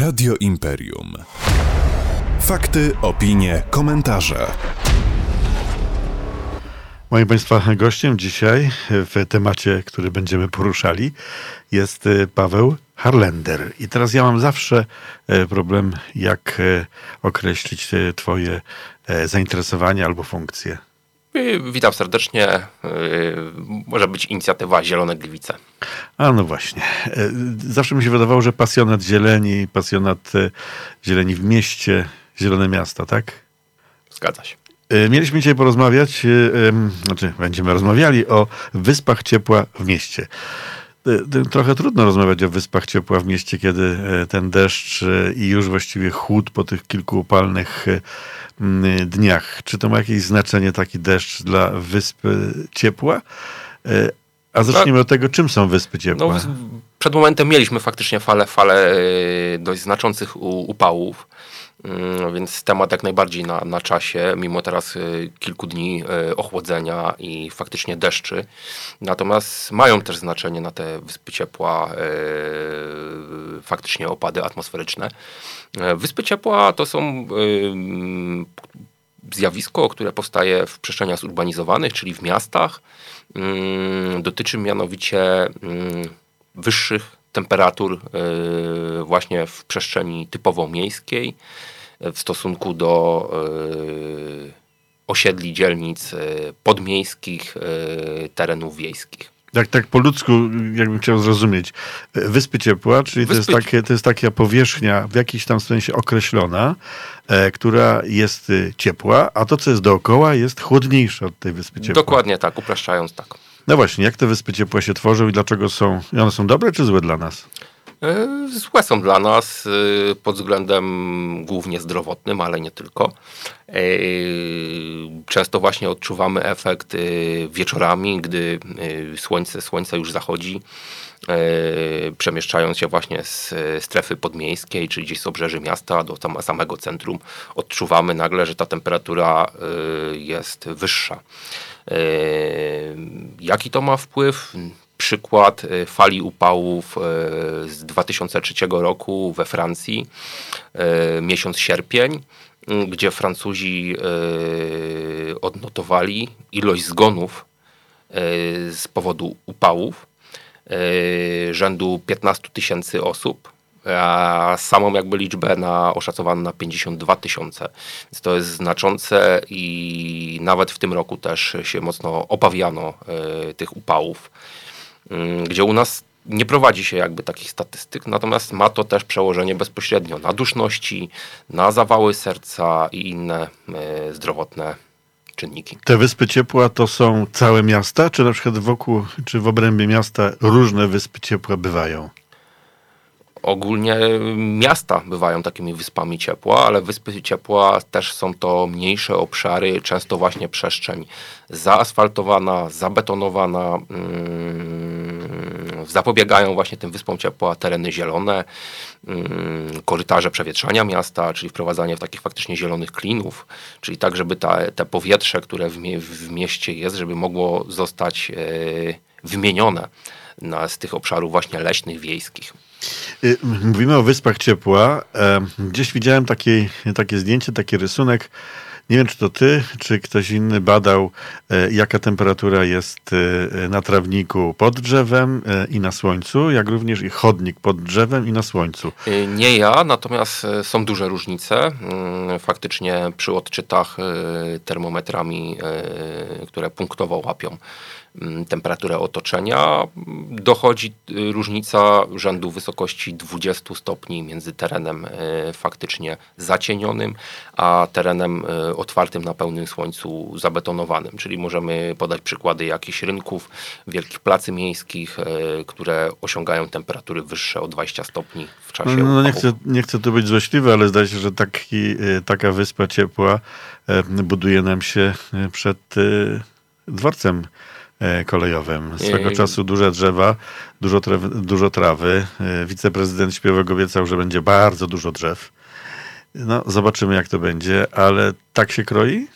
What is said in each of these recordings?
Radio Imperium. Fakty, opinie, komentarze. Moim Państwa gościem dzisiaj w temacie, który będziemy poruszali, jest Paweł Harlender. I teraz ja mam zawsze problem, jak określić Twoje zainteresowanie albo funkcję. Witam serdecznie. Może być inicjatywa Zielone Gliwice. A no właśnie. Zawsze mi się wydawało, że pasjonat zieleni, pasjonat zieleni w mieście, zielone miasta, tak? Zgadza się. Mieliśmy dzisiaj porozmawiać, będziemy rozmawiali o wyspach ciepła w mieście. Trochę trudno rozmawiać o wyspach ciepła w mieście, kiedy ten deszcz i już właściwie chłód po tych kilku upalnych dniach. Czy to ma jakieś znaczenie, taki deszcz dla wysp ciepła? A zacznijmy od tego, czym są wyspy ciepła. No, przed momentem mieliśmy faktycznie falę dość znaczących upałów. Więc temat jak najbardziej na czasie, mimo teraz kilku dni ochłodzenia i faktycznie deszczy. Natomiast mają też znaczenie na te wyspy ciepła faktycznie opady atmosferyczne. Wyspy ciepła to są zjawisko, które powstaje w przestrzeniach zurbanizowanych, czyli w miastach. Dotyczy mianowicie wyższych temperatur właśnie w przestrzeni typowo miejskiej w stosunku do osiedli, dzielnic podmiejskich, terenów wiejskich. Tak po ludzku, jakbym chciał zrozumieć. Wyspy ciepła, czyli to jest taka powierzchnia w jakiś tam sensie określona, która jest ciepła, a to, co jest dookoła, jest chłodniejsze od tej wyspy ciepła. Dokładnie tak, upraszczając tak. No właśnie, jak te wyspy ciepła się tworzą i dlaczego one są dobre czy złe dla nas? Złe są dla nas pod względem głównie zdrowotnym, ale nie tylko. Często właśnie odczuwamy efekt wieczorami, gdy słońce już zachodzi, przemieszczając się właśnie z strefy podmiejskiej, czyli gdzieś z obrzeży miasta do samego centrum, odczuwamy nagle, że ta temperatura jest wyższa. Jaki to ma wpływ? Przykład fali upałów z 2003 roku we Francji, miesiąc sierpień, gdzie Francuzi odnotowali ilość zgonów z powodu upałów rzędu 15 000 osób, a samą jakby liczbę oszacowano na 52 000. Więc to jest znaczące i nawet w tym roku też się mocno obawiano tych upałów, gdzie u nas nie prowadzi się jakby takich statystyk, natomiast ma to też przełożenie bezpośrednio na duszności, na zawały serca i inne zdrowotne czynniki. Te wyspy ciepła to są całe miasta, czy na przykład wokół, czy w obrębie miasta różne wyspy ciepła bywają? Ogólnie miasta bywają takimi wyspami ciepła, ale wyspy ciepła też są to mniejsze obszary, często właśnie przestrzeń zaasfaltowana, zabetonowana. Zapobiegają właśnie tym wyspom ciepła tereny zielone, korytarze przewietrzania miasta, czyli wprowadzanie w takich faktycznie zielonych klinów, czyli tak, żeby te powietrze, które w mieście jest, żeby mogło zostać wymienione z tych obszarów właśnie leśnych, wiejskich. Mówimy o wyspach ciepła. Gdzieś widziałem takie zdjęcie, taki rysunek. Nie wiem, czy to ty, czy ktoś inny badał, jaka temperatura jest na trawniku pod drzewem i na słońcu, jak również i chodnik pod drzewem i na słońcu. Nie ja, natomiast są duże różnice. Faktycznie przy odczytach termometrami, które punktowo łapią temperaturę otoczenia, dochodzi różnica rzędu wysokości 20 stopni między terenem faktycznie zacienionym, a terenem otwartym na pełnym słońcu zabetonowanym. Czyli możemy podać przykłady jakichś rynków, wielkich placy miejskich, które osiągają temperatury wyższe o 20 stopni w czasie nie chcę tu być złośliwy, ale zdaje się, że taka wyspa ciepła buduje nam się przed dworcem kolejowym. Swego czasu duże drzewa, dużo trawy. Wiceprezydent Śpiewek obiecał, że będzie bardzo dużo drzew. No, zobaczymy, jak to będzie, ale tak się kroi?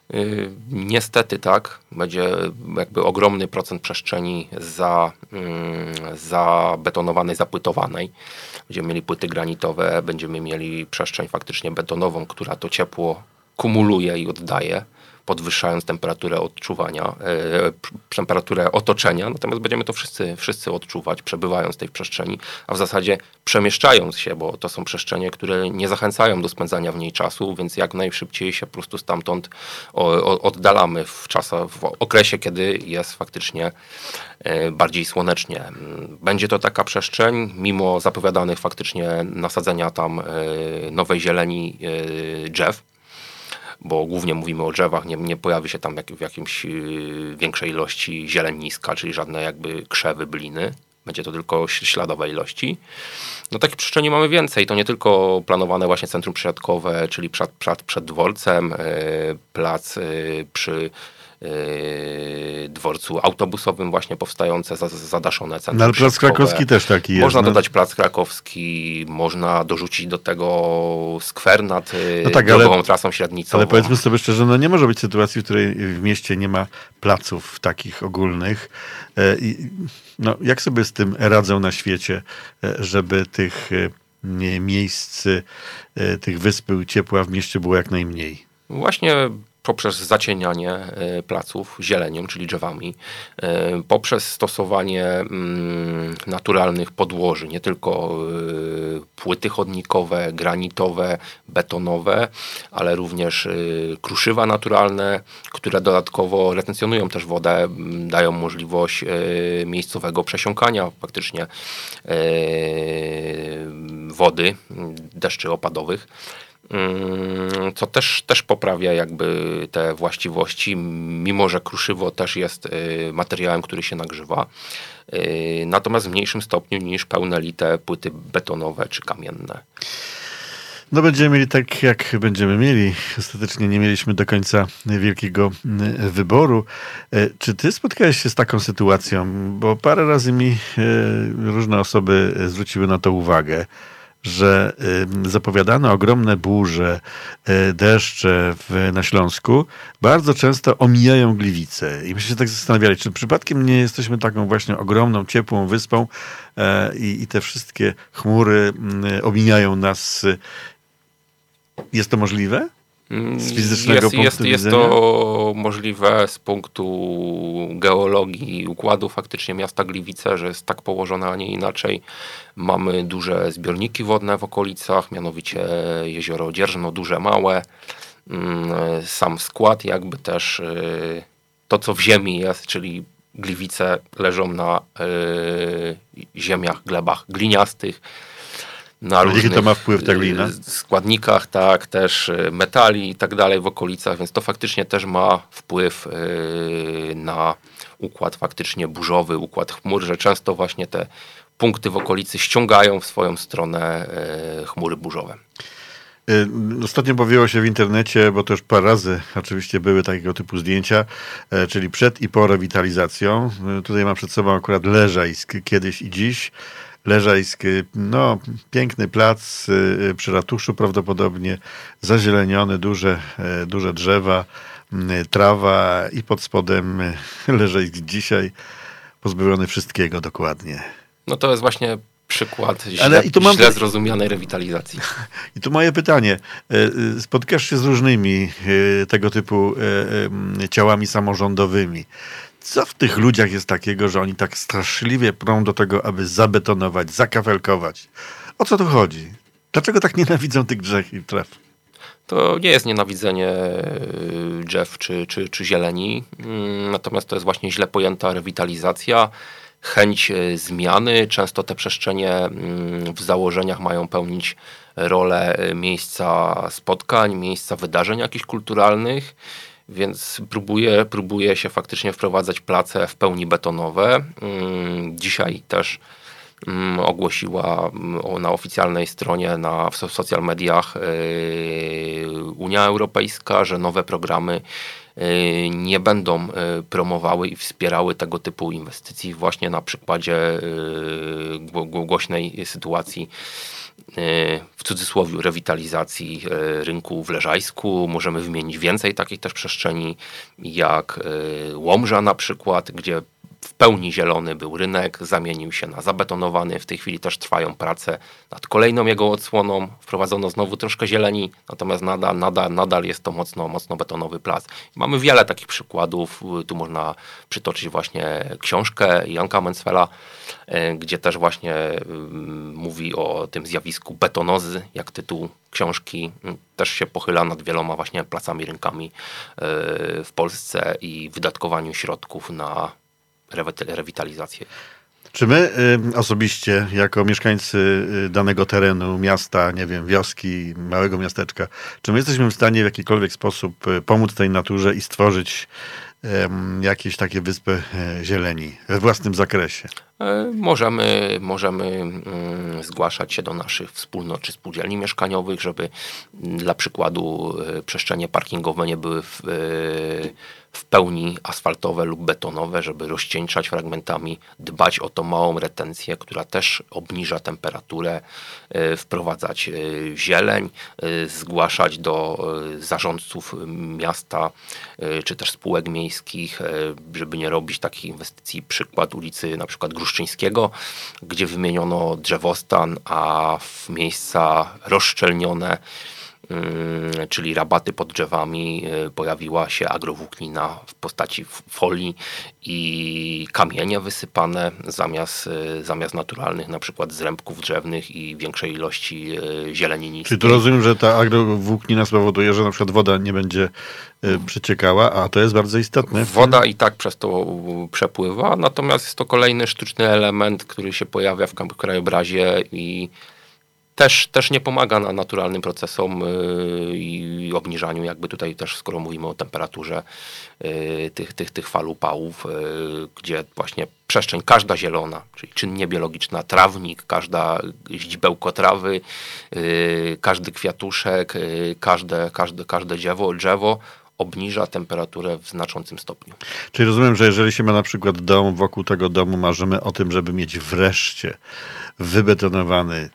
Niestety tak, będzie jakby ogromny procent przestrzeni zabetonowanej, zapłytowanej. Będziemy mieli płyty granitowe, będziemy mieli przestrzeń faktycznie betonową, która to ciepło kumuluje i oddaje, podwyższając temperaturę odczuwania, temperaturę otoczenia, natomiast będziemy to wszyscy odczuwać, przebywając w tej przestrzeni, a w zasadzie przemieszczając się, bo to są przestrzenie, które nie zachęcają do spędzania w niej czasu, więc jak najszybciej się po prostu stamtąd oddalamy w okresie, kiedy jest faktycznie bardziej słonecznie. Będzie to taka przestrzeń, mimo zapowiadanych faktycznie nasadzenia tam nowej zieleni drzew, bo głównie mówimy o drzewach, nie pojawi się tam w jakimś większej ilości zieleniska, czyli żadne jakby krzewy, bliny. Będzie to tylko śladowe ilości. No takich przestrzeni mamy więcej. To nie tylko planowane właśnie centrum przesiadkowe, czyli przed dworcem, plac przy dworcu autobusowym właśnie powstające zadaszone centrum No ale Plac Krakowski też taki jest. Można dodać Plac Krakowski, można dorzucić do tego skwer nad drogową trasą średnicową. Ale powiedzmy sobie szczerze, no nie może być sytuacji, w której w mieście nie ma placów takich ogólnych. No, jak sobie z tym radzą na świecie, żeby tych miejsc, tych wysp ciepła w mieście było jak najmniej? Właśnie poprzez zacienianie placów zielenią, czyli drzewami, poprzez stosowanie naturalnych podłoży, nie tylko płyty chodnikowe, granitowe, betonowe, ale również kruszywa naturalne, które dodatkowo retencjonują też wodę, dają możliwość miejscowego przesiąkania faktycznie wody, deszczy opadowych, co też poprawia jakby te właściwości, mimo że kruszywo też jest materiałem, który się nagrzewa, natomiast w mniejszym stopniu niż pełnolite płyty betonowe czy kamienne. No będziemy mieli tak, jak będziemy mieli. Ostatecznie nie mieliśmy do końca wielkiego wyboru. Czy ty spotkałeś się z taką sytuacją? Bo parę razy mi różne osoby zwróciły na to uwagę, że zapowiadane ogromne burze, deszcze na Śląsku bardzo często omijają Gliwice. I myśmy się tak zastanawiali, czy przypadkiem nie jesteśmy taką właśnie ogromną, ciepłą wyspą i te wszystkie chmury omijają nas. Jest to możliwe? Z fizycznego punktu widzenia? Jest to możliwe z punktu geologii układu faktycznie miasta Gliwice, że jest tak położone, a nie inaczej. Mamy duże zbiorniki wodne w okolicach, mianowicie jezioro Dzierżno, duże, małe. Sam skład jakby też to, co w ziemi jest, czyli Gliwice leżą na ziemiach, glebach gliniastych. Na jaki to ma wpływ ta glina? Składnikach, tak, też metali i tak dalej w okolicach, więc to faktycznie też ma wpływ na układ faktycznie burzowy, układ chmur, że często właśnie te punkty w okolicy ściągają w swoją stronę chmury burzowe. Ostatnio pojawiło się w internecie, bo to już parę razy oczywiście były takiego typu zdjęcia, czyli przed i po rewitalizacją. Tutaj mam przed sobą akurat Leżajsk kiedyś i dziś. Leżajsk, no piękny plac przy ratuszu prawdopodobnie, zazieleniony, duże drzewa, trawa i pod spodem Leżajsk dzisiaj pozbawiony wszystkiego dokładnie. No to jest właśnie przykład źle zrozumianej rewitalizacji. I tu moje pytanie. Spotkasz się z różnymi tego typu ciałami samorządowymi. Co w tych ludziach jest takiego, że oni tak straszliwie prą do tego, aby zabetonować, zakafelkować? O co tu chodzi? Dlaczego tak nienawidzą tych drzew i traw? To nie jest nienawidzenie drzew czy zieleni, natomiast to jest właśnie źle pojęta rewitalizacja, chęć zmiany. Często te przestrzenie w założeniach mają pełnić rolę miejsca spotkań, miejsca wydarzeń jakichś kulturalnych, więc próbuje się faktycznie wprowadzać place w pełni betonowe. Dzisiaj też ogłosiła na oficjalnej stronie w social mediach Unia Europejska, że nowe programy nie będą promowały i wspierały tego typu inwestycji właśnie na przykładzie głośnej sytuacji cudzysłowie rewitalizacji rynku w Leżajsku. Możemy wymienić więcej takich też przestrzeni, jak Łomża na przykład, gdzie w pełni zielony był rynek, zamienił się na zabetonowany. W tej chwili też trwają prace nad kolejną jego odsłoną. Wprowadzono znowu troszkę zieleni, natomiast nadal jest to mocno betonowy plac. Mamy wiele takich przykładów. Tu można przytoczyć właśnie książkę Janka Mencfela, gdzie też właśnie mówi o tym zjawisku betonozy, jak tytuł książki. Też się pochyla nad wieloma właśnie placami, rynkami w Polsce i wydatkowaniu środków na rewitalizację. Czy my osobiście, jako mieszkańcy danego terenu, miasta, nie wiem, wioski, małego miasteczka, czy my jesteśmy w stanie w jakikolwiek sposób pomóc tej naturze i stworzyć jakieś takie wyspy zieleni we własnym zakresie? Możemy zgłaszać się do naszych wspólnot czy spółdzielni mieszkaniowych, żeby dla przykładu przestrzenie parkingowe nie były w pełni asfaltowe lub betonowe, żeby rozcieńczać fragmentami, dbać o tą małą retencję, która też obniża temperaturę, wprowadzać zieleń, zgłaszać do zarządców miasta czy też spółek miejskich, żeby nie robić takich inwestycji. Przykład ulicy na przykład Gruszczyńskiego, gdzie wymieniono drzewostan, a w miejsca rozszczelnione, czyli rabaty pod drzewami, pojawiła się agrowłóknina w postaci folii i kamienie wysypane zamiast naturalnych, na przykład zrębków drzewnych i większej ilości zieleni niskiej. Czyli to rozumiem, że ta agrowłóknina spowoduje, że na przykład woda nie będzie przeciekała, a to jest bardzo istotne. Woda i tak przez to przepływa, natomiast jest to kolejny sztuczny element, który się pojawia w krajobrazie i też nie pomaga naturalnym procesom i obniżaniu, jakby tutaj też, skoro mówimy o temperaturze tych fal upałów, gdzie właśnie przestrzeń każda zielona, czyli czynnie biologiczna, trawnik, każda źdźbełko trawy, każdy kwiatuszek, każde drzewo obniża temperaturę w znaczącym stopniu. Czyli rozumiem, że jeżeli się ma na przykład dom, wokół tego domu marzymy o tym, żeby mieć wreszcie wybetonowany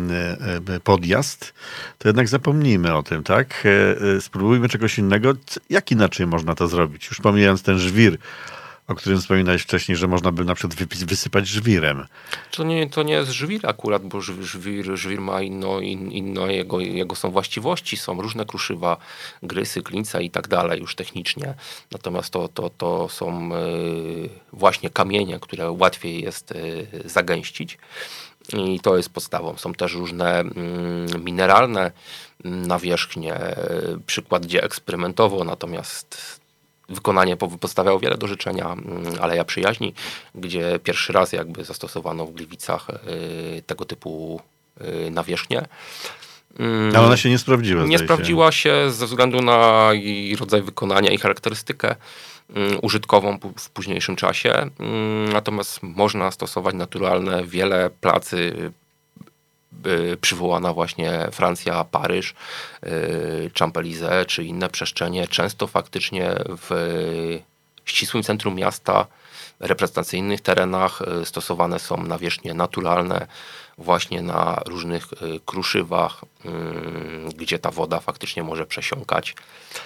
podjazd, to jednak zapomnijmy o tym, tak? Spróbujmy czegoś innego. Jak inaczej można to zrobić? Już pomijając ten żwir, o którym wspominałeś wcześniej, że można by na przykład wysypać żwirem. To nie jest żwir akurat, bo żwir ma inne jego są właściwości, są różne kruszywa, grysy, klince i tak dalej już technicznie. Natomiast to są właśnie kamienie, które łatwiej jest zagęścić. I to jest podstawą. Są też różne mineralne nawierzchnie. Przykład, gdzie eksperymentowo, natomiast wykonanie pozostawiało wiele do życzenia. Aleja Przyjaźni, gdzie pierwszy raz jakby zastosowano w Gliwicach tego typu nawierzchnię. Ale ona się nie sprawdziła. Nie sprawdziła się ze względu na jej rodzaj wykonania i charakterystykę użytkową w późniejszym czasie. Natomiast można stosować naturalne, wiele placy, przywołana właśnie Francja, Paryż, Champs-Élysées czy inne przestrzenie, często faktycznie w ścisłym centrum miasta, reprezentacyjnych terenach stosowane są nawierzchnie naturalne właśnie na różnych kruszywach, gdzie ta woda faktycznie może przesiąkać,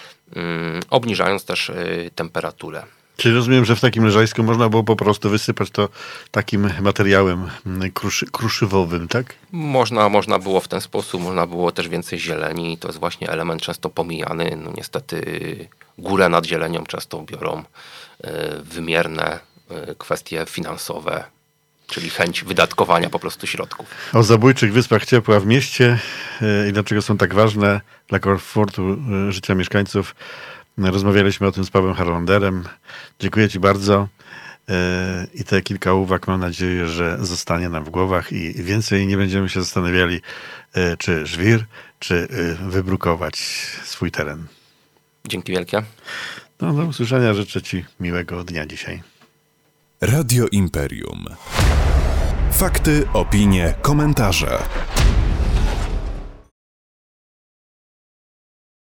obniżając też temperaturę. Czyli rozumiem, że w takim Leżajsku można było po prostu wysypać to takim materiałem kruszywowym, tak? Można było w ten sposób, można było też więcej zieleni. To jest właśnie element często pomijany. No niestety górę nad zielenią często biorą wymierne kwestie finansowe, czyli chęć wydatkowania po prostu środków. O zabójczych wyspach ciepła w mieście i dlaczego są tak ważne dla komfortu życia mieszkańców rozmawialiśmy o tym z Pawłem Harlanderem. Dziękuję Ci bardzo i te kilka uwag mam nadzieję, że zostanie nam w głowach i więcej nie będziemy się zastanawiali, czy żwir, czy wybrukować swój teren. Dzięki wielkie. No, do usłyszenia. Życzę Ci miłego dnia dzisiaj. Radio Imperium. Fakty, opinie, komentarze.